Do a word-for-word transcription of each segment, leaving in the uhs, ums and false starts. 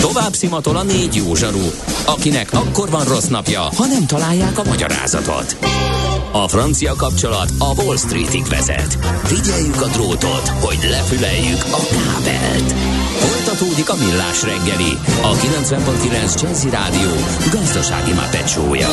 Tovább szimatol a négy jó zsaru, akinek akkor van rossz napja, ha nem találják a magyarázatot. A francia kapcsolat a Wall Streetig vezet. Figyeljük a drótot, hogy lefüleljük a kábelt. Folytatódik a Millás reggeli, a kilencven pont kilenc Jazzy Rádió gazdasági mápecsója.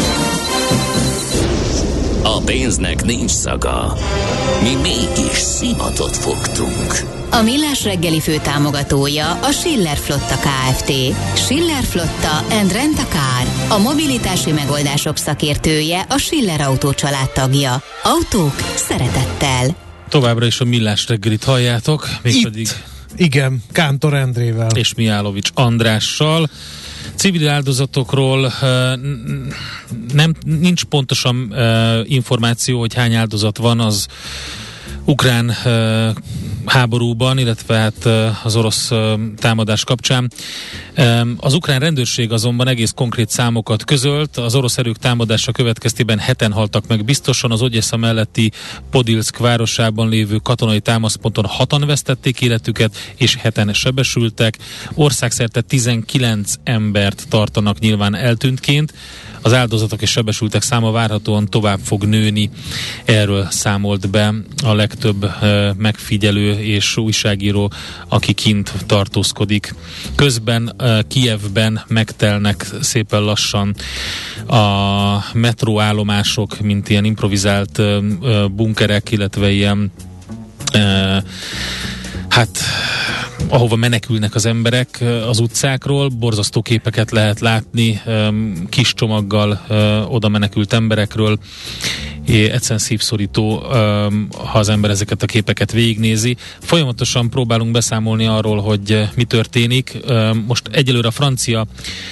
A pénznek nincs szaga. Mi mégis szimatot fogtunk. A Millás reggeli főtámogatója a Schiller Flotta Kft. Schiller Flotta and Rent a Car. A mobilitási megoldások szakértője, a Schiller Autó család tagja. Autók szeretettel. Továbbra is a Millás reggelit halljátok. Mégpedig... Igen, Kántor Endrével. És Mihálovics Andrással. Civil áldozatokról nem, nincs pontosan információ, hogy hány áldozat van az ukrán háborúban, illetve hát az orosz támadás kapcsán. Az ukrán rendőrség azonban egész konkrét számokat közölt. Az orosz erők támadása következtében heten haltak meg biztosan. Az Ogyesza melletti Podilszk városában lévő katonai támaszponton hatan vesztették életüket, és heten sebesültek. Országszerte tizenkilenc embert tartanak nyilván eltűntként. Az áldozatok és sebesültek száma várhatóan tovább fog nőni. Erről számolt be a legtöbb uh, megfigyelő és újságíró, aki kint tartózkodik. Közben uh, Kijevben megtelnek szépen lassan a metróállomások, mint ilyen improvizált uh, uh, bunkerek, illetve ilyen uh, hát ahova menekülnek az emberek az utcákról, borzasztó képeket lehet látni, kis csomaggal oda menekült emberekről. É, egyszerűen szívszorító, ha az ember ezeket a képeket végignézi. Folyamatosan próbálunk beszámolni arról, hogy mi történik. Most egyelőre a francia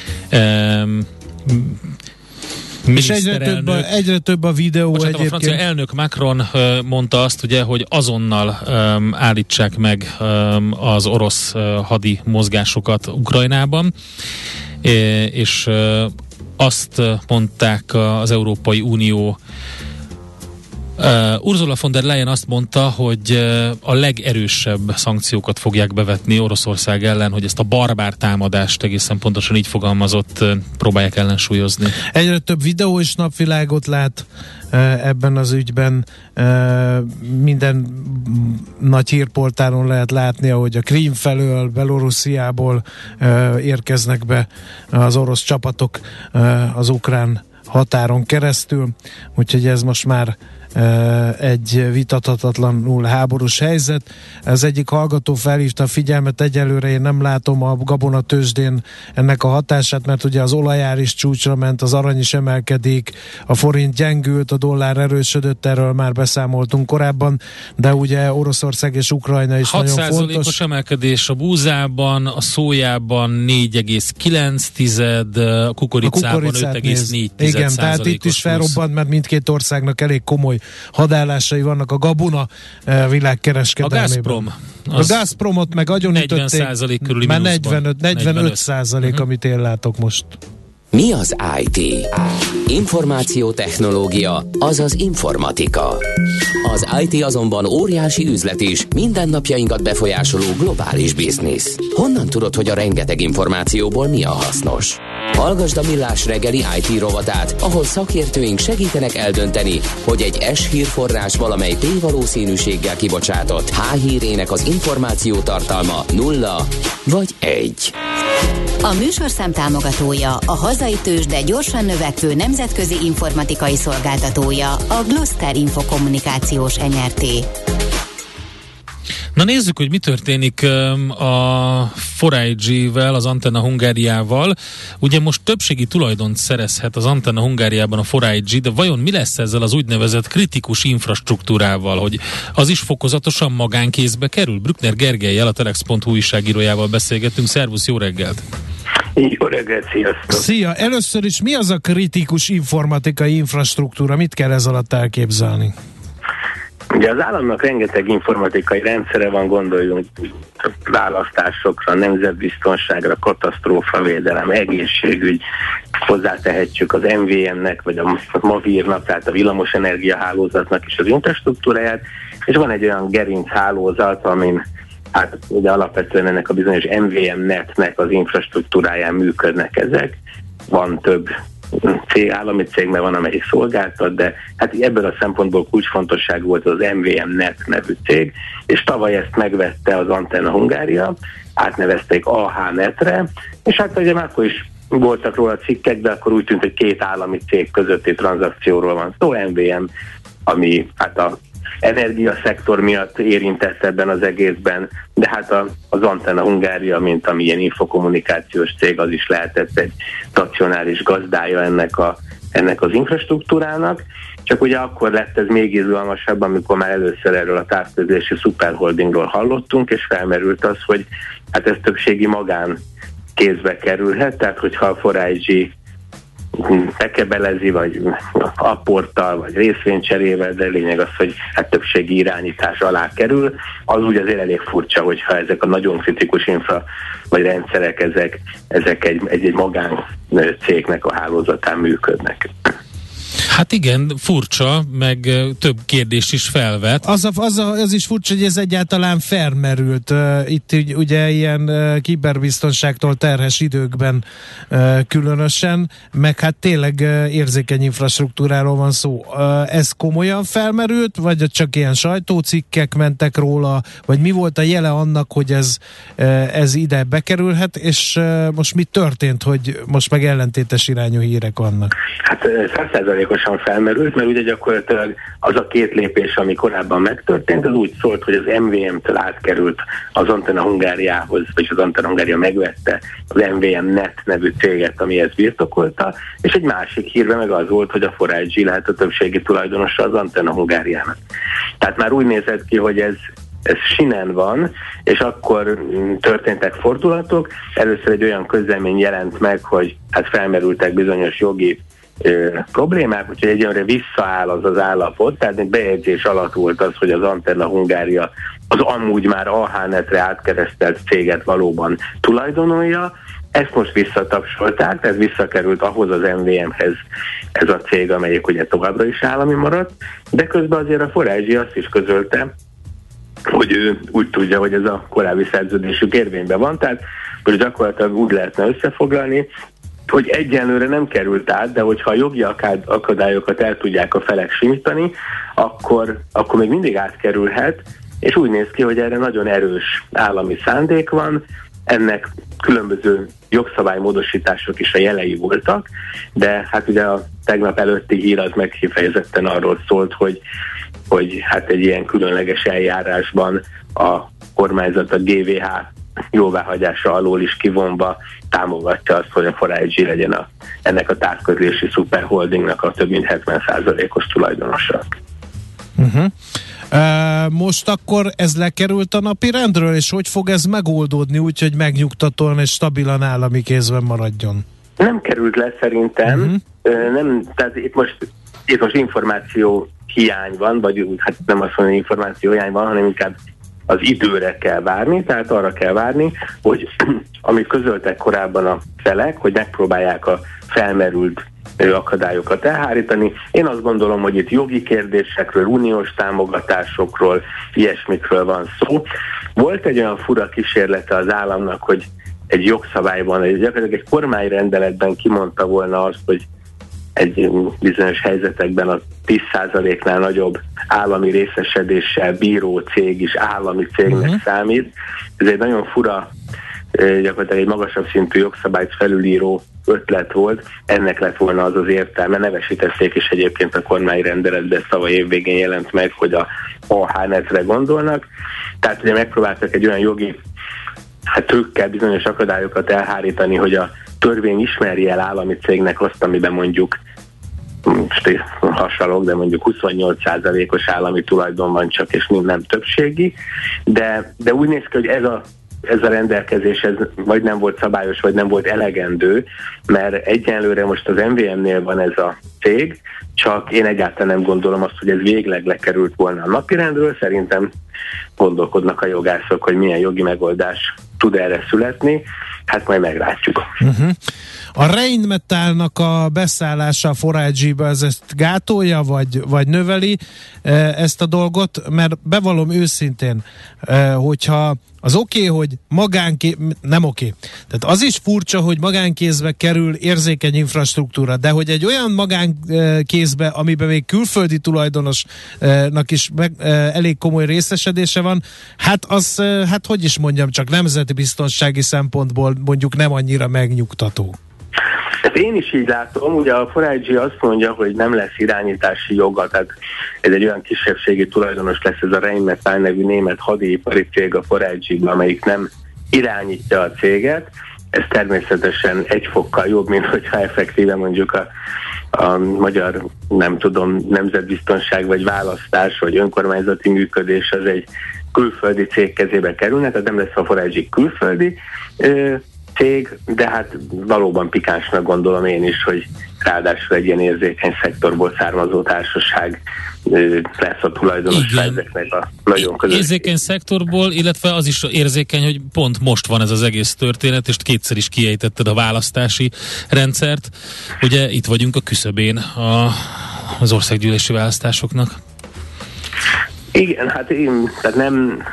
és egyre több, a, egyre több a videó. Bocsánat, a francia elnök Macron uh, mondta azt, ugye, hogy azonnal um, állítsák meg um, az orosz uh, hadi mozgásokat Ukrajnában, é, és uh, azt mondták az Európai Unió Uh, Ursula von der Leyen azt mondta, hogy uh, a legerősebb szankciókat fogják bevetni Oroszország ellen, hogy ezt a barbár támadást, egészen pontosan így fogalmazott, uh, próbálják ellensúlyozni. Egyre több videó és napvilágot lát uh, ebben az ügyben. Uh, minden nagy hírportálon lehet látni, ahogy a Krím felől, Belorussziából uh, érkeznek be az orosz csapatok uh, az ukrán határon keresztül, úgyhogy ez most már egy vitathatatlanul háborús helyzet. Az egyik hallgató felhívta a figyelmet, egyelőre én nem látom a gabonatőzsdén ennek a hatását, mert ugye az olajár is csúcsra ment, az arany is emelkedik, a forint gyengült, a dollár erősödött, erről már beszámoltunk korábban, de ugye Oroszország és Ukrajna is nagyon fontos. hat százalékos emelkedés a búzában, a szójában négy egész kilenc tized, a kukoricában öt egész négy tized. Igen, tehát itt is felrobbant, mert mindkét országnak elég komoly hadállásai vannak a gabona világkereskedelmében. A Gazprom. A Gazpromot meg agyonütötték. negyven százalék körüli már mínuszban. negyvenöt, negyvenöt százalék, uh-huh. amit én látok most. Mi az i té? Információtechnológia, azaz informatika. Az i té azonban óriási üzlet is, mindennapjainkat befolyásoló globális biznisz. Honnan tudod, hogy a rengeteg információból mi a hasznos? Hallgasd a Millás reggeli i té rovatát, ahol szakértőink segítenek eldönteni, hogy egy S-hírforrás valamely P-valószínűséggel kibocsátott H-hírének az információ tartalma nulla vagy egy. A műsorszám támogatója, a hazai tőzsde gyorsan növekvő nemzetközi informatikai szolgáltatója, a Gloster Infokommunikációs en er té. Na nézzük, hogy mi történik a four I G-vel, az Antenna Hungáriával. Ugye most többségi tulajdont szerezhet az Antenna Hungáriában a four I G, de vajon mi lesz ezzel az úgynevezett kritikus infrastruktúrával, hogy az is fokozatosan magánkézbe kerül? Brückner Gergellyel, a telex pont hu újságírójával beszélgettünk. Szervusz, jó reggelt! Jó reggelt, sziasztok! Szia! Először is mi az a kritikus informatikai infrastruktúra? Mit kell ez alatt elképzelni? Ugye az államnak rengeteg informatikai rendszere van, gondoljunk választásokra, nemzetbiztonságra, katasztrófavédelem, egészségügy, hozzátehetjük az em vé en-nek, vagy a Mavírnak, tehát a villamosenergia hálózatnak is az infrastruktúráját, és van egy olyan gerinc hálózat, amin hát ugye alapvetően ennek a bizonyos em vé em netnek az infrastruktúráján működnek ezek. Van több cég, állami cég, mert van, amelyik szolgáltat, de hát ebből a szempontból kulcsfontosságú volt az em vé em net nevű cég, és tavaly ezt megvette az Antenna Hungária, átnevezték á há netre, és hát ugye már akkor is voltak róla cikkek, de akkor úgy tűnt, hogy két állami cég közötti tranzakcióról van szó, em vé em, ami hát a energiaszektor miatt érintett ebben az egészben, de hát a, az Antenna Hungária, mint amilyen infokommunikációs cég, az is lehetett egy racionális gazdája ennek, a, ennek az infrastruktúrának. Csak ugye akkor lett ez még izgalmasabb, amikor már először erről a távközlési szuperholdingról hallottunk, és felmerült az, hogy hát ez többségi magán kézbe kerülhet, tehát hogyha a four I G bekebelezi, vagy apporttal, vagy részvénycserével, de lényeg az, hogy hát többségi irányítás alá kerül, az úgy azért elég furcsa, hogyha ezek a nagyon kritikus infra vagy rendszerek, ezek, ezek egy, egy, egy magán cégnek a hálózatán működnek. Hát igen, furcsa, meg több kérdést is felvet. Az, a, az, a, az is furcsa, hogy ez egyáltalán felmerült. Itt ugye ilyen kiberbiztonságtól terhes időkben különösen, meg hát tényleg érzékeny infrastruktúráról van szó. Ez komolyan felmerült, vagy csak ilyen sajtócikkek mentek róla, vagy mi volt a jele annak, hogy ez, ez ide bekerülhet, és most mi történt, hogy most meg ellentétes irányú hírek vannak? Hát száz százalékosan felmerült, mert ugye gyakorlatilag az a két lépés, ami korábban megtörtént, az úgy szólt, hogy az em vé em-től átkerült az Antenna Hungáriához, vagy az Antenna Hungária megvette az em vé em net nevű céget, ami ezt birtokolta, és egy másik hírben meg az volt, hogy a four I G lehet a többségi tulajdonosa az Antenna Hungáriának. Tehát már úgy nézett ki, hogy ez ez sinen van, és akkor történtek fordulatok. Először egy olyan közlemény jelent meg, hogy hát felmerültek bizonyos jogi ö, problémák, úgyhogy egyenlőre visszaáll az az állapot, tehát egy bejegyzés alatt volt az, hogy az Antenna Hungária az amúgy már á há netre átkeresztelt céget valóban tulajdonolja. Ezt most visszatapsolták, ez visszakerült ahhoz az em vé em-hez ez a cég, amelyik ugye továbbra is állami maradt, de közben azért a four I G azt is közölte, hogy ő úgy tudja, hogy ez a korábbi szerződésük érvényben van, tehát most gyakorlatilag úgy lehetne összefoglalni, hogy egyenlőre nem került át, de hogyha a jogi akadályokat el tudják a felek simítani, akkor, akkor még mindig átkerülhet, és úgy néz ki, hogy erre nagyon erős állami szándék van, ennek különböző jogszabálymódosítások is a jelei voltak, de hát ugye a tegnap előtti hír az meg kifejezetten arról szólt, hogy hogy hát egy ilyen különleges eljárásban a kormányzat a gé vé há jóváhagyása alól is kivonva támogatja azt, hogy a four I G legyen a, ennek a távközlési szuperholdingnak a több mint hetven százalékos tulajdonosa. Uh-huh. Uh, most akkor ez lekerült a napi rendről, és hogy fog ez megoldódni úgy, hogy megnyugtatóan és stabilan állami kézben maradjon? Nem került le szerintem, uh-huh. uh, nem, tehát itt most, itt most információ hiány van, vagy hát nem azt mondom, hogy információ hiány van, hanem inkább az időre kell várni, tehát arra kell várni, hogy amit közöltek korábban a felek, hogy megpróbálják a felmerült akadályokat elhárítani. Én azt gondolom, hogy itt jogi kérdésekről, uniós támogatásokról, ilyesmikről van szó. Volt egy olyan fura kísérlete az államnak, hogy egy jogszabályban, egy, gyakorlatilag egy kormányrendeletben kimondta volna azt, hogy egy bizonyos helyzetekben a tíz százaléknál nagyobb állami részesedéssel bíró cég is állami cégnek uh-huh. számít. Ez egy nagyon fura, gyakorlatilag egy magasabb szintű jogszabályt felülíró ötlet volt. Ennek lett volna az az értelme. Nevesítették is egyébként a kormányrendeletbe, ez tavaly év végén jelent meg, hogy a á há netre gondolnak. Tehát ugye megpróbáltak egy olyan jogi hát trükkel bizonyos akadályokat elhárítani, hogy a törvény ismerje el állami cégnek azt, amiben mondjuk most hasonlók, de mondjuk huszonnyolc százalékos állami tulajdon van csak, és nem többségi, de, de úgy néz ki, hogy ez a, ez a rendelkezés ez vagy nem volt szabályos, vagy nem volt elegendő, mert egyenlőre most az em vé em-nél van ez a cég, csak én egyáltalán nem gondolom azt, hogy ez végleg lekerült volna a napirendről, szerintem gondolkodnak a jogászok, hogy milyen jogi megoldás tud erre születni. hát majd meglátjuk. Uh-huh. A Rheinmetallnak a beszállása a four I G-be, ez ezt gátolja, vagy, vagy növeli e, ezt a dolgot? Mert bevallom őszintén, e, hogyha az oké, okay, hogy magánké... nem oké. Okay. Tehát az is furcsa, hogy magánkézbe kerül érzékeny infrastruktúra, de hogy egy olyan magánkézbe, amiben még külföldi tulajdonosnak is meg, elég komoly részesedése van, hát az, hát hogy is mondjam, csak nemzeti biztonsági szempontból mondjuk nem annyira megnyugtató. Ezt én is így látom, ugye a four I G azt mondja, hogy nem lesz irányítási joga, tehát ez egy olyan kisebbségi tulajdonos lesz, ez a Rheinmetall nevű német hadipari cég a four I G-ben, amelyik nem irányítja a céget. Ez természetesen egy fokkal jobb, mint hogyha effektíve mondjuk a, a magyar, nem tudom, nemzetbiztonság vagy választás, vagy önkormányzati működés az egy külföldi cég kezébe kerülne, tehát nem lesz a four I G külföldi ö, cég, de hát valóban pikánsnak gondolom én is, hogy ráadásul egy ilyen érzékeny szektorból származó társaság lesz a tulajdonos ezeknek a nagyon közös. Érzékeny szektorból, illetve az is érzékeny, hogy pont most van ez az egész történet, és kétszer is kiejtetted a választási rendszert. Ugye itt vagyunk a küszöbén a, az országgyűlési választásoknak. Igen, hát én tehát nem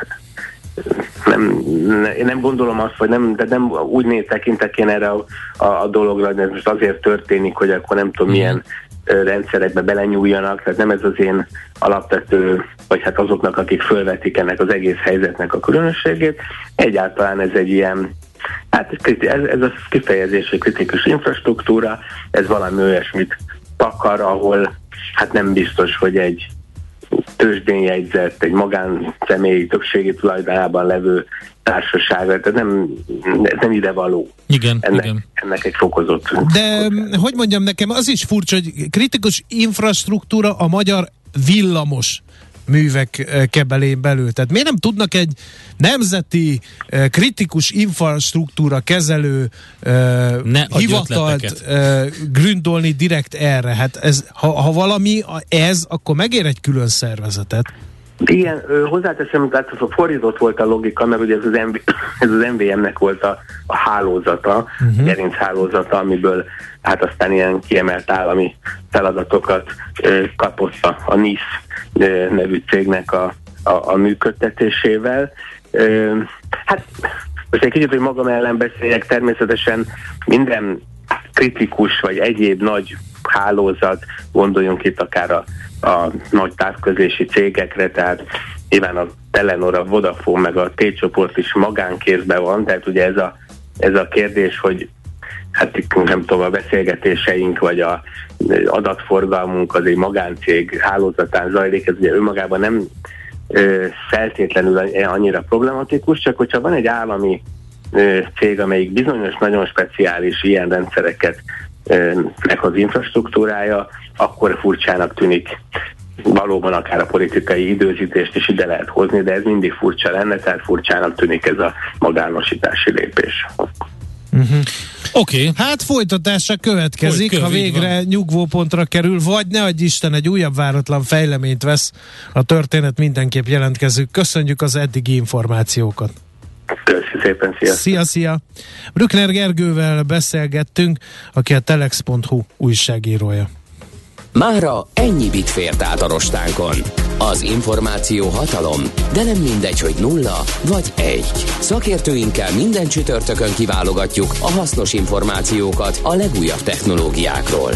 Nem, én nem gondolom azt, vagy nem, de nem úgy néz tekintek én erre a, a, a dologra, hogy ez most azért történik, hogy akkor nem tudom, milyen ö, rendszerekbe belenyúljanak, tehát nem ez az én alapvető, vagy hát azoknak, akik fölvetik ennek az egész helyzetnek a különösségét. Egyáltalán ez egy ilyen, hát ez, ez a kifejezés, hogy kritikus infrastruktúra, ez valami olyasmit takar, ahol hát nem biztos, hogy egy tőzsdén jegyzett, egy magánszemélyi többségi tulajdonában levő társaságra, tehát nem, nem ide való. Igen, ennek, igen. ennek egy fokozott. De hogy mondjam, nekem az is furcsa, hogy kritikus infrastruktúra a magyar villamos művek kebelén belül. Tehát miért nem tudnak egy nemzeti kritikus infrastruktúra kezelő ne hivatalt gründolni direkt erre? Hát ez, ha, ha valami ez, akkor megér egy külön szervezetet. Igen, hozzáteszem, tehát fordított volt a logika, mert ugye ez az, M V, ez az M V M-nek volt a, a hálózata, uh-huh. gerinc hálózata, amiből hát aztán ilyen kiemelt állami feladatokat kapott a, a N I S nevű cégnek a, a, a működtetésével. Hát most egy kicsit, hogy magam ellen beszéljek, természetesen minden kritikus vagy egyéb nagy hálózat, gondoljunk itt akár a, a nagy távközlési cégekre, tehát nyilván a Telenor, a Vodafone meg a T-csoport is magánkézben van, tehát ugye ez a, ez a kérdés, hogy hát nem tudom, a beszélgetéseink vagy a adatforgalmunk az egy magáncég hálózatán zajlik, ez ugye önmagában nem ö, feltétlenül annyira problematikus, csak hogyha van egy állami ö, cég, amelyik bizonyos, nagyon speciális ilyen rendszereket ö, nek az infrastruktúrája, akkor furcsának tűnik. Valóban akár a politikai időzítést is ide lehet hozni, de ez mindig furcsa lenne, tehát furcsának tűnik ez a magánosítási lépés. Uh-huh. Oké, okay. Hát folytatása következik, Folyt, ha végre van. Nyugvópontra kerül, vagy ne adj Isten, egy újabb váratlan fejleményt vesz a történet, mindenképp jelentkezünk. Köszönjük az eddigi információkat. Köszönjük szépen, szia! Szia, szia! Brückner Gergővel beszélgettünk, aki a telex pont hu újságírója. Mára ennyi bit fért át a rostánkon. Az információ hatalom, de nem mindegy, hogy nulla vagy egy. Szakértőinkkel minden csütörtökön kiválogatjuk a hasznos információkat a legújabb technológiákról.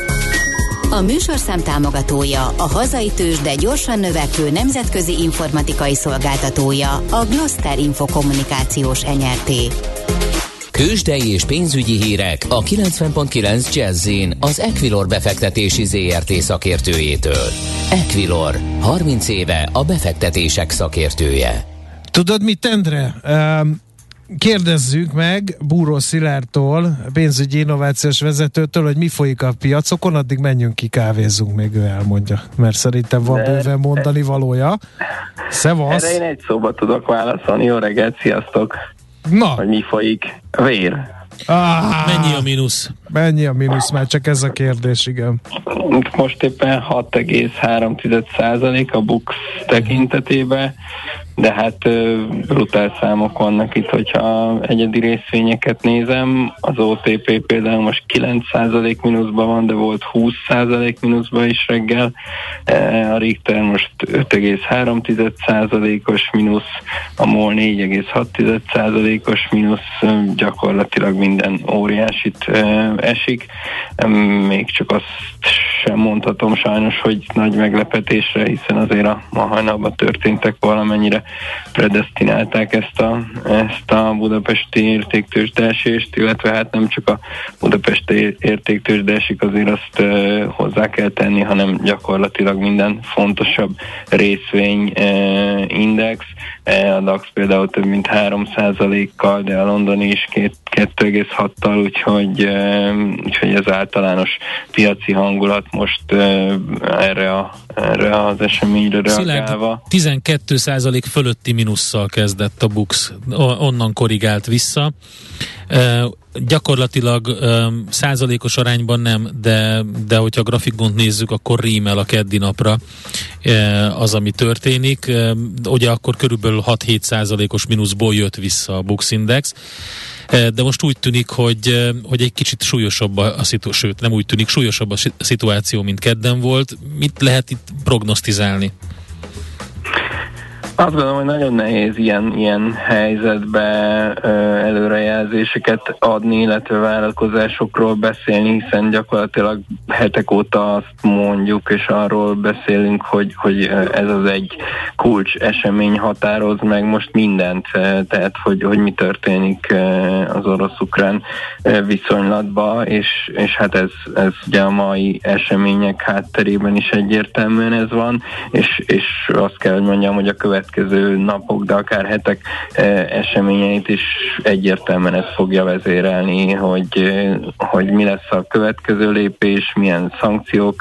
A műsorszám támogatója, a hazai tőzsde gyorsan növekvő nemzetközi informatikai szolgáltatója, a Gloster Infokommunikációs Enyerté. Tőzsdei és pénzügyi hírek a kilencven pont kilenc Jazz-in az Equilor befektetési zé er té szakértőjétől. Equilor, harminc éve a befektetések szakértője. Tudod mit, Endre? Kérdezzük meg Búró Szilárdtól, pénzügyi innovációs vezetőtől, hogy mi folyik a piacokon, addig menjünk ki, kávézzunk, még ő elmondja, mert szerintem van De, bőven mondani valója. Szevasz! Erre én egy szóba tudok válaszolni. Jó reggelt, sziasztok! Na! Hogy mi folyik? Vér. Ah, mennyi a mínusz? Mennyi a mínusz? Már csak ez a kérdés, igen. Most éppen hat egész három százalék a Bux tekintetében. de hát brutál számok vannak itt, hogyha egyedi részvényeket nézem, az o té pé például most kilenc százalék mínuszban van, de volt húsz százalék mínuszban is reggel, a Richter most öt egész három százalékos mínusz, a MOL négy egész hat százalékos mínusz, gyakorlatilag minden óriásit esik, még csak azt sem mondhatom sajnos, hogy nagy meglepetésre, hiszen azért a ma hajnalban történtek valamennyire predesztinálták ezt a, ezt a budapesti értéktőzsdeesést, illetve hát nem csak a budapesti értéktőzsdeesik, azért azt uh, hozzá kell tenni, hanem gyakorlatilag minden fontosabb részvény uh, index. Uh, a DAX például több mint három százalékkal, de a londoni is kettő egész hattal, úgyhogy, uh, úgyhogy az általános piaci hangulat most uh, erre, a, erre az eseményre reagálva. tizenkét százalék fölötti mínusszal kezdett a BUX, onnan korrigált vissza. E, gyakorlatilag e, százalékos arányban nem, de, de hogyha a grafikont nézzük, akkor rímel a keddi napra e, az, ami történik. E, ugye akkor körülbelül hat-hét százalékos mínuszból jött vissza a BUX Index. De most úgy tűnik, hogy, hogy egy kicsit súlyosabb a, a szitu, sőt, nem úgy tűnik, súlyosabb a szituáció, mint kedden volt. Mit lehet itt prognosztizálni? Azt gondolom, hogy nagyon nehéz ilyen, ilyen helyzetbe ö, előrejelzéseket adni, illetve vállalkozásokról beszélni, hiszen gyakorlatilag hetek óta azt mondjuk, és arról beszélünk, hogy, hogy ez az egy kulcs esemény határoz meg most mindent, tehát hogy, hogy mi történik az orosz-ukrán viszonylatban, és, és hát ez, ez ugye a mai események hátterében is egyértelműen ez van, és, és azt kell, hogy mondjam, hogy a követ következő napok, de akár hetek eseményeit is egyértelműen ez fogja vezérelni, hogy, hogy mi lesz a következő lépés, milyen szankciók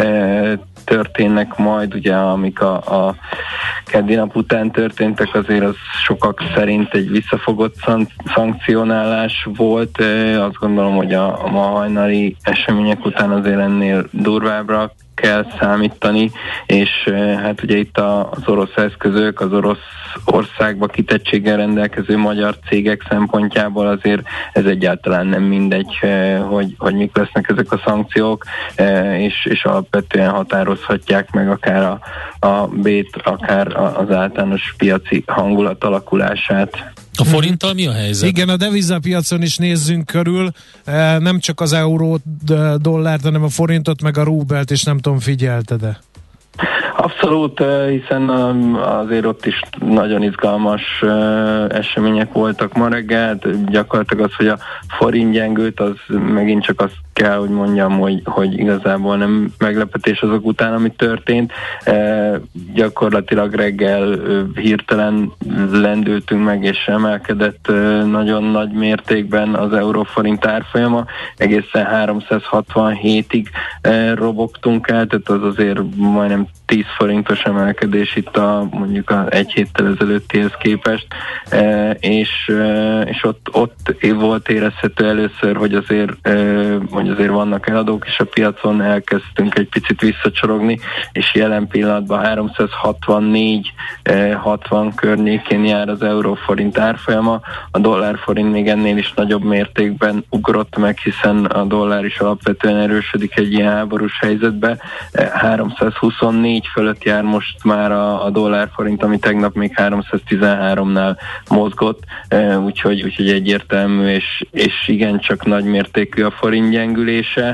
történnek majd, ugye amik a, a keddi nap után történtek, azért az sokak szerint egy visszafogott szankcionálás volt. Azt gondolom, hogy a, a ma hajnali események után azért ennél durvábbra kell számítani, és hát ugye itt az orosz eszközök, az orosz országba kitettséggel rendelkező magyar cégek szempontjából azért ez egyáltalán nem mindegy, hogy, hogy mik lesznek ezek a szankciók, és, és alapvetően határozhatják meg akár a, a bét, akár az általános piaci hangulat alakulását. A forinttal mi a helyzet? Igen, a devizapiacon is nézzünk körül, nem csak az eurót, dollárt, hanem a forintot, meg a rubelt, és nem tudom, figyelte-e? Abszolút, hiszen azért ott is nagyon izgalmas események voltak ma reggel. Gyakorlatilag az, hogy a forint gyengült, az megint csak azt kell, hogy mondjam, hogy, hogy igazából nem meglepetés azok után, ami történt. Gyakorlatilag reggel hirtelen lendültünk meg, és emelkedett nagyon nagy mértékben az euró-forint árfolyama. Egészen háromszázhatvanhétig robogtunk el, tehát az azért majdnem tíz forintos emelkedés itt a mondjuk a egy héttel ezelőttihez képest, e, és, e, és ott, ott volt érezhető először, hogy azért, e, hogy azért vannak eladók, és a piacon elkezdtünk egy picit visszacsorogni, és jelen pillanatban háromszázhatvannégy hatvan környékén jár az euró-forint árfolyama, a dollár-forint még ennél is nagyobb mértékben ugrott meg, hiszen a dollár is alapvetően erősödik egy ilyen háborús helyzetbe, háromszázhuszonnégy fölött jár most már a, a dollár-forint, ami tegnap még háromszáztizenháromnál mozgott, úgyhogy, úgyhogy egyértelmű, és, és igencsak nagy mértékű a forint gyengülése,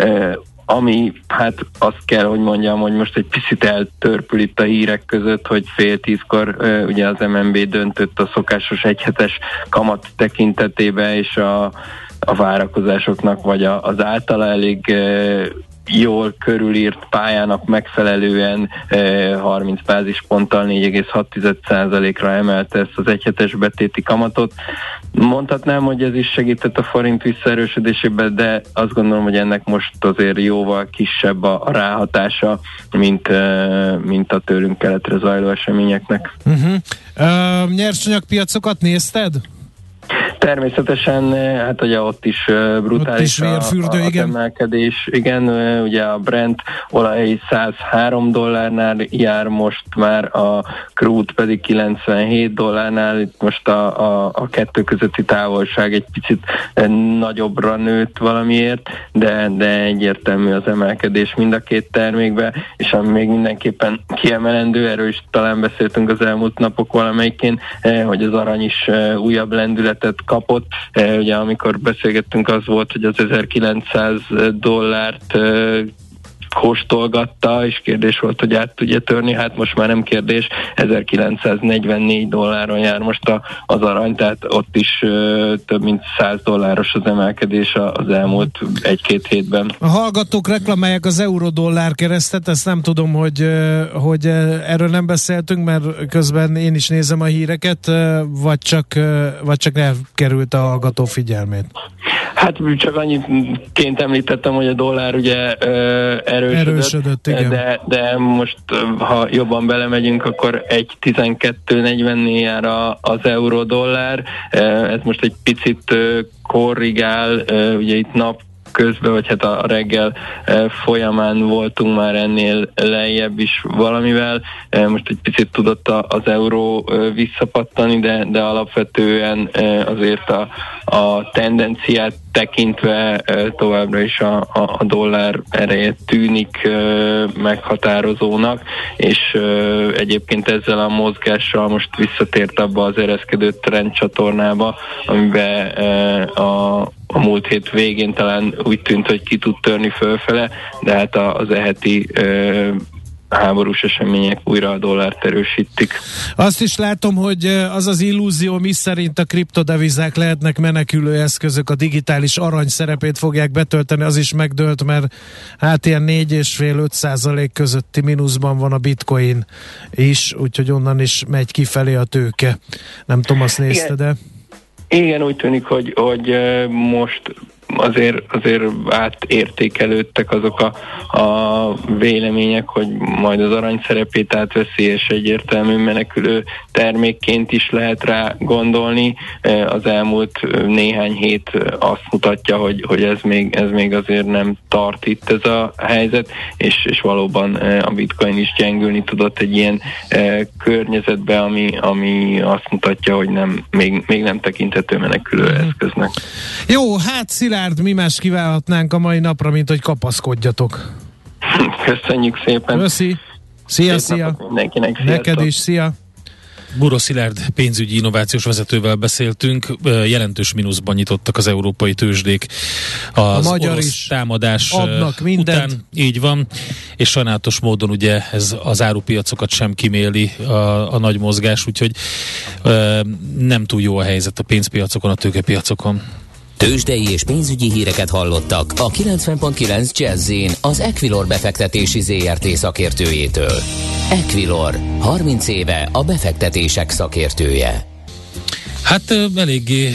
ami, hát azt kell, hogy mondjam, hogy most egy picit eltörpül itt a hírek között, hogy fél tízkor ugye az em en bé döntött a szokásos egyhetes kamat tekintetében, és a, a várakozásoknak, vagy a, az általa elég jól körülírt pályának megfelelően eh, harminc bázisponttal négy egész hat százalékra emelte ezt az egyhetes betéti kamatot. Mondhatnám, hogy ez is segített a forint visszaerősödésében, de azt gondolom, hogy ennek most azért jóval kisebb a, a ráhatása, mint, eh, mint a tőlünk keletre zajló eseményeknek. Uh-huh. Uh, nyersanyagpiacokat nézted? Természetesen, hát ugye ott is brutális ott is a, a, igen. emelkedés. Igen, ugye a Brent olaj száz három dollárnál jár most már, a crude pedig kilencvenhét dollárnál, itt most a, a, a kettő közötti távolság egy picit nagyobbra nőtt valamiért, de, de egyértelmű az emelkedés mind a két termékbe, és ami még mindenképpen kiemelendő, erről is talán beszéltünk az elmúlt napok valamelyikén, hogy az arany is újabb lendületet kapott. Ugye amikor beszélgettünk, az volt, hogy az ezerkilencszáz dollárt kóstolgatta, és kérdés volt, hogy át tudja törni, hát most már nem kérdés, ezerkilencszáznegyvennégy dolláron jár most a, az arany, tehát ott is ö, több mint száz dolláros az emelkedés az elmúlt egy-két hétben. A hallgatók reklamálják az euró-dollár keresztet, ezt nem tudom, hogy, hogy erről nem beszéltünk, mert közben én is nézem a híreket, vagy csak, vagy csak elkerült a hallgató figyelmét. Hát csak annyiként említettem, hogy a dollár ugye erősödött, erősödött de, de most, ha jobban belemegyünk, akkor egy tizenkettő negyvennél jár az euró-dollár. Ez most egy picit korrigál, ugye itt nap közben, vagy hát a reggel folyamán voltunk már ennél lejjebb is valamivel. Most egy picit tudott az euró visszapattani, de, de alapvetően azért a, a tendenciát tekintve továbbra is a, a, a dollár ereje tűnik meghatározónak, és egyébként ezzel a mozgással most visszatért abba az ereszkedő trendcsatornába, amiben a a múlt hét végén talán úgy tűnt, hogy ki tud törni fölfele, de hát az eheti ö, háborús események újra a dollárt erősítik. Azt is látom, hogy az az illúzió, miszerint a kriptodevizák lehetnek menekülő eszközök, a digitális arany szerepét fogják betölteni, az is megdőlt, mert hát ilyen négy és fél-öt százalék közötti mínuszban van a bitcoin is, úgyhogy onnan is megy kifelé a tőke. Nem tudom, azt nézted, de... Igen, úgy tűnik, hogy, hogy most azért, azért átértékelődtek azok a, a vélemények, hogy majd az arany szerepét átveszi, és egyértelmű menekülő termékként is lehet rá gondolni. Az elmúlt néhány hét azt mutatja, hogy, hogy ez, még, ez még azért nem tart itt ez a helyzet, és, és valóban a bitcoin is gyengülni tudott egy ilyen környezetbe, ami, ami azt mutatja, hogy nem, még, még nem tekinthető menekülő eszköznek. Jó, hát Szilárd, mi más kívánhatnánk a mai napra, mint hogy kapaszkodjatok. Köszönjük szépen. Köszi. Szia, Szép szia. Mindenkinek. Sziasztok. Neked is, szia. Buró Szilárd pénzügyi innovációs vezetővel beszéltünk, jelentős mínuszban nyitottak az európai tőzsdék az a magyar orosz is támadás adnak mindent. Után, így van, és sajnálatos módon ugye ez az árupiacokat sem kiméli a, a nagy mozgás, úgyhogy e, nem túl jó a helyzet a pénzpiacokon, a tőkepiacokon. Tőzsdei és pénzügyi híreket hallottak a kilencven pont kilenc Jazz-in az Equilor befektetési zé er té szakértőjétől. Equilor, harminc éve a befektetések szakértője. Hát eléggé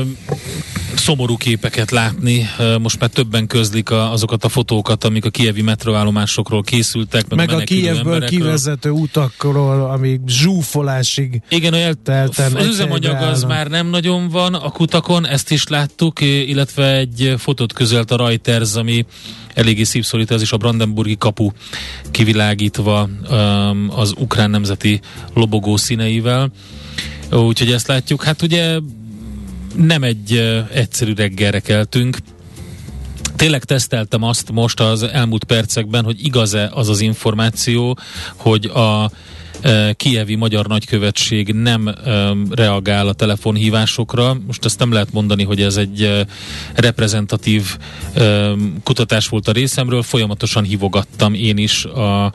szomorú képeket látni. Most már többen közlik a, azokat a fotókat, amik a kijevi metroállomásokról készültek. Meg, meg a, a Kijevből kivezető utakról, amik zsúfolásig igen, olyan telten. Az üzemanyag az már nem nagyon van a kutakon, ezt is láttuk, illetve egy fotót közölt a Reuters, ami eléggé szívszorító, ez is a Brandenburgi kapu kivilágítva az ukrán nemzeti lobogó színeivel. Úgyhogy ezt látjuk. Hát ugye nem egy uh, egyszerű reggelre keltünk. Tényleg teszteltem azt most az elmúlt percekben, hogy igaz-e az az információ, hogy a uh, kijevi magyar nagykövetség nem um, reagál a telefonhívásokra. Most ezt nem lehet mondani, hogy ez egy uh, reprezentatív um, kutatás volt a részemről. Folyamatosan hívogattam én is a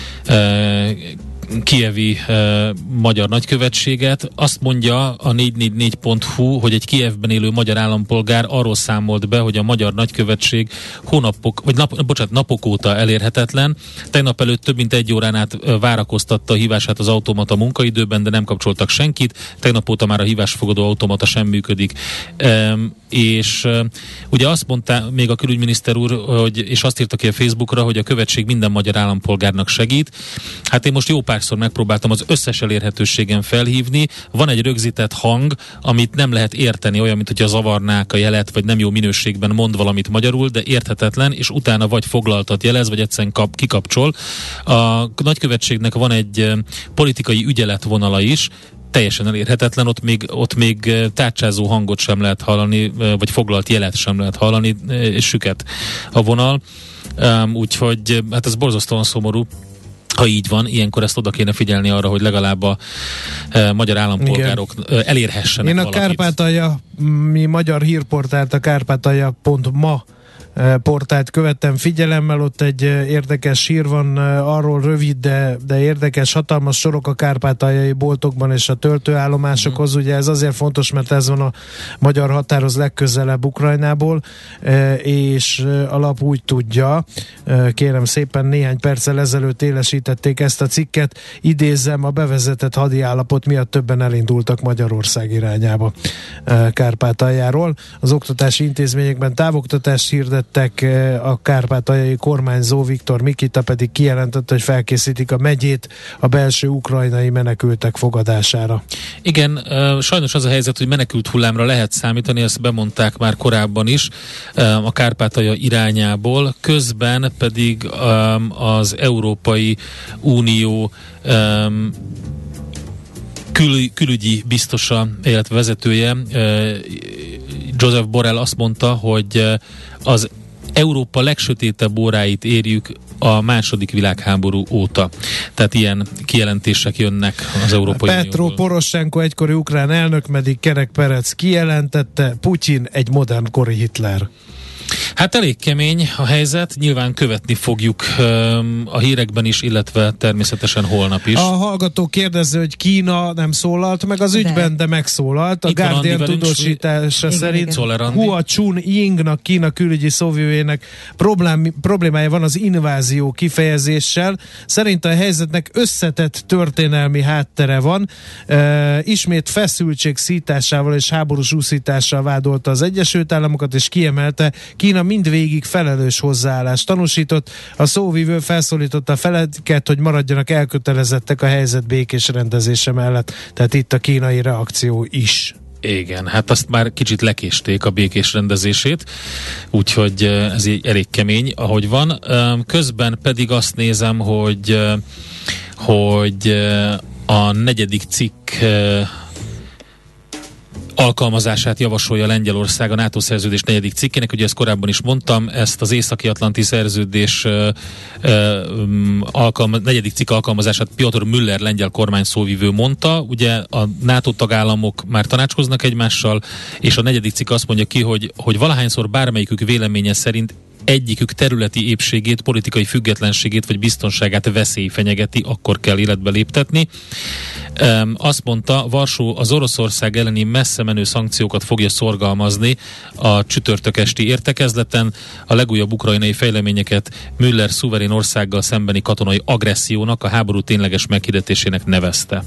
uh, kijevi uh, magyar nagykövetséget. Azt mondja a négy négy négy pont hu, hogy egy Kijevben élő magyar állampolgár arról számolt be, hogy a magyar nagykövetség hónapok, vagy nap, bocsánat, napok óta elérhetetlen. Tegnap előtt több mint egy órán át uh, várakoztatta a hívását az automata munkaidőben, de nem kapcsoltak senkit. Tegnap óta már a hívásfogadó automata sem működik. Um, és uh, ugye azt mondta még a külügyminiszter úr, hogy, és azt írta ki a Facebookra, hogy a követség minden magyar állampolgárnak segít. Hát én most jó pár párszor megpróbáltam az összes elérhetőségen felhívni. Van egy rögzített hang, amit nem lehet érteni, olyan, mint hogyha zavarnák a jelet, vagy nem jó minőségben mond valamit magyarul, de érthetetlen, és utána vagy foglaltat jelez, vagy egyszerűen kap, kikapcsol. A nagykövetségnek van egy politikai ügyeletvonala is, teljesen elérhetetlen, ott még, ott még tárcsázó hangot sem lehet hallani, vagy foglalt jelet sem lehet hallani, és süket a vonal. Um, úgyhogy hát ez borzasztóan szomorú, ha így van, ilyenkor ezt oda kéne figyelni arra, hogy legalább a e, magyar állampolgárok e, elérhessenek Én a valakit. Kárpátalja, mi magyar hírportált, a kárpátalja pont ma portált követtem figyelemmel, ott egy érdekes hír van arról, rövid, de, de érdekes, hatalmas sorok a kárpátaljai boltokban és a töltőállomásokhoz. Mm. Ugye ez azért fontos, mert ez van a magyar határhoz legközelebb Ukrajnából, és a lap úgy tudja, kérem szépen, néhány perccel ezelőtt élesítették ezt a cikket, idézem, a bevezetett hadi állapot miatt többen elindultak Magyarország irányába Kárpátaljáról. Az oktatási intézményekben távoktatást hirdet a kárpátaljai kormányzó Viktor Mikita pedig kijelentette, hogy felkészítik a megyét a belső ukrajnai menekültek fogadására. Igen, sajnos az a helyzet, hogy menekült hullámra lehet számítani, ezt bemondták már korábban is a Kárpátalja irányából, közben pedig az Európai Unió kül- külügyi biztosa, illetve vezetője, Joseph Borrell azt mondta, hogy az Európa legsötétebb óráit érjük a második világháború óta. Tehát ilyen kijelentések jönnek az Európai Unióból. Petro Poroshenko egykori ukrán elnök, meddig Kerek Perec kijelentette, Putyin egy modernkori Hitler. Hát elég kemény a helyzet, nyilván követni fogjuk um, a hírekben is, illetve természetesen holnap is. A hallgató kérdező, hogy Kína nem szólalt meg az ügyben, de, de megszólalt. A itt Guardian tudósítása igen, szerint Hua Chun-yingnak, Kína külügyi szóvivőjének problém, problémája van az invázió kifejezéssel. Szerint a helyzetnek összetett történelmi háttere van. E, ismét feszültség szításával és háborús úszítással vádolta az Egyesült Államokat, és kiemelte, Kína mindvégig felelős hozzáállást tanúsított. A szóvivő felszólította a feleket, hogy maradjanak elkötelezettek a helyzet békés rendezése mellett. Tehát itt a kínai reakció is. Igen, hát azt már kicsit lekésték a békés rendezését, úgyhogy ez így elég kemény, ahogy van. Közben pedig azt nézem, hogy, hogy a negyedik cikk alkalmazását javasolja Lengyelország a NATO szerződés negyedik cikkének, ugye ezt korábban is mondtam, ezt az északi-atlanti szerződés uh, uh, alkalma, negyedik cikk alkalmazását Piotr Müller lengyel kormány szóvivő mondta, ugye a NATO tagállamok már tanácskoznak egymással, és a negyedik cikk azt mondja ki, hogy, hogy valahányszor bármelyikük véleménye szerint egyikük területi épségét, politikai függetlenségét vagy biztonságát veszély fenyegeti, akkor kell életbe léptetni. Um, azt mondta, Varsó az Oroszország elleni messze menő szankciókat fogja szorgalmazni a csütörtök esti értekezleten. A legújabb ukrajnai fejleményeket Müller szuverén országgal szembeni katonai agressziónak, a háború tényleges meghirdetésének nevezte.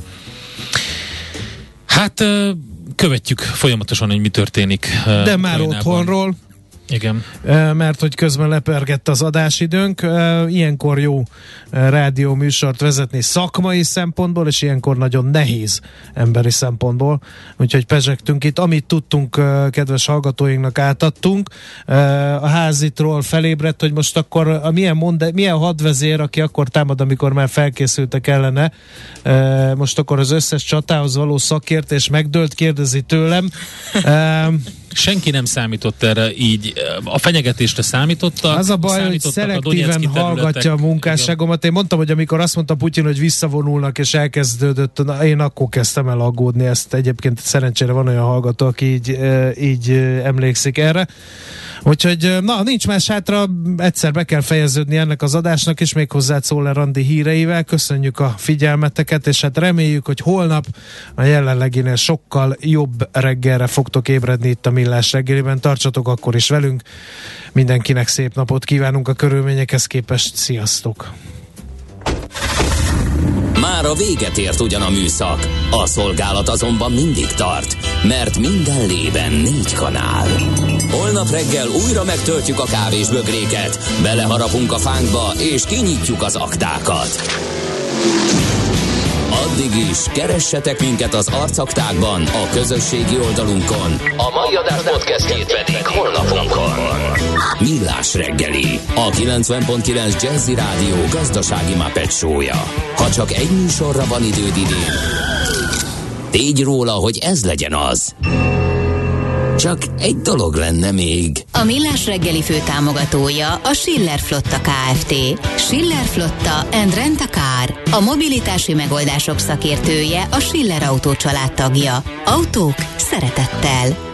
Hát követjük folyamatosan, hogy mi történik. De már otthonról. Igen. Mert hogy közben lepergett az adásidőnk. Ilyenkor jó rádióműsort vezetni szakmai szempontból, és ilyenkor nagyon nehéz emberi szempontból. Úgyhogy pezsegtünk itt. Amit tudtunk, kedves hallgatóinknak átadtunk. A házitról felébredt, hogy most akkor a milyen, monda, milyen hadvezér, aki akkor támad, amikor már felkészültek ellene. Most akkor az összes csatához való szakértés megdőlt, kérdezi tőlem. Senki nem számított erre így. A fenyegetésre számította. Az a baj, hogy szelektíven hallgatja a munkásságomat. Én mondtam, hogy amikor azt mondta Putyin, hogy visszavonulnak, és elkezdődött, na, én akkor kezdtem el aggódni. Ezt egyébként szerencsére van olyan hallgató, aki így, így emlékszik erre. Úgyhogy na, nincs más hátra, egyszer be kell fejeződni ennek az adásnak, és még hozzá Czoller Andi híreivel. Köszönjük a figyelmeteket, és hát reméljük, hogy holnap a jelenleginél sokkal jobb reggelre fogtok ébredni itt a Millás reggeliben. Tartsatok akkor is velünk. Mindenkinek szép napot kívánunk a körülményekhez képest. Sziasztok! Már a véget ért ugyan a műszak, a szolgálat azonban mindig tart, mert minden lében négy kanál. Holnap reggel újra megtöltjük a kávésbögréket, beleharapunk a fánkba és kinyitjuk az aktákat. Addig is, keressetek minket az arcaktákban, a közösségi oldalunkon. A mai adás podcastjét pedig honlapunkon. Millás reggeli, a kilencven pont kilenc Jazzy Rádió gazdasági Muppet show-ja. Ha csak egy műsorra van időd idén, tégy róla, hogy ez legyen az. Csak egy dolog lenne még. A Millás reggeli fő támogatója a Schiller Flotta Kft. Schiller Flotta and Rent a Car. A mobilitási megoldások szakértője, a Schiller Autó család tagja. Autók szeretettel.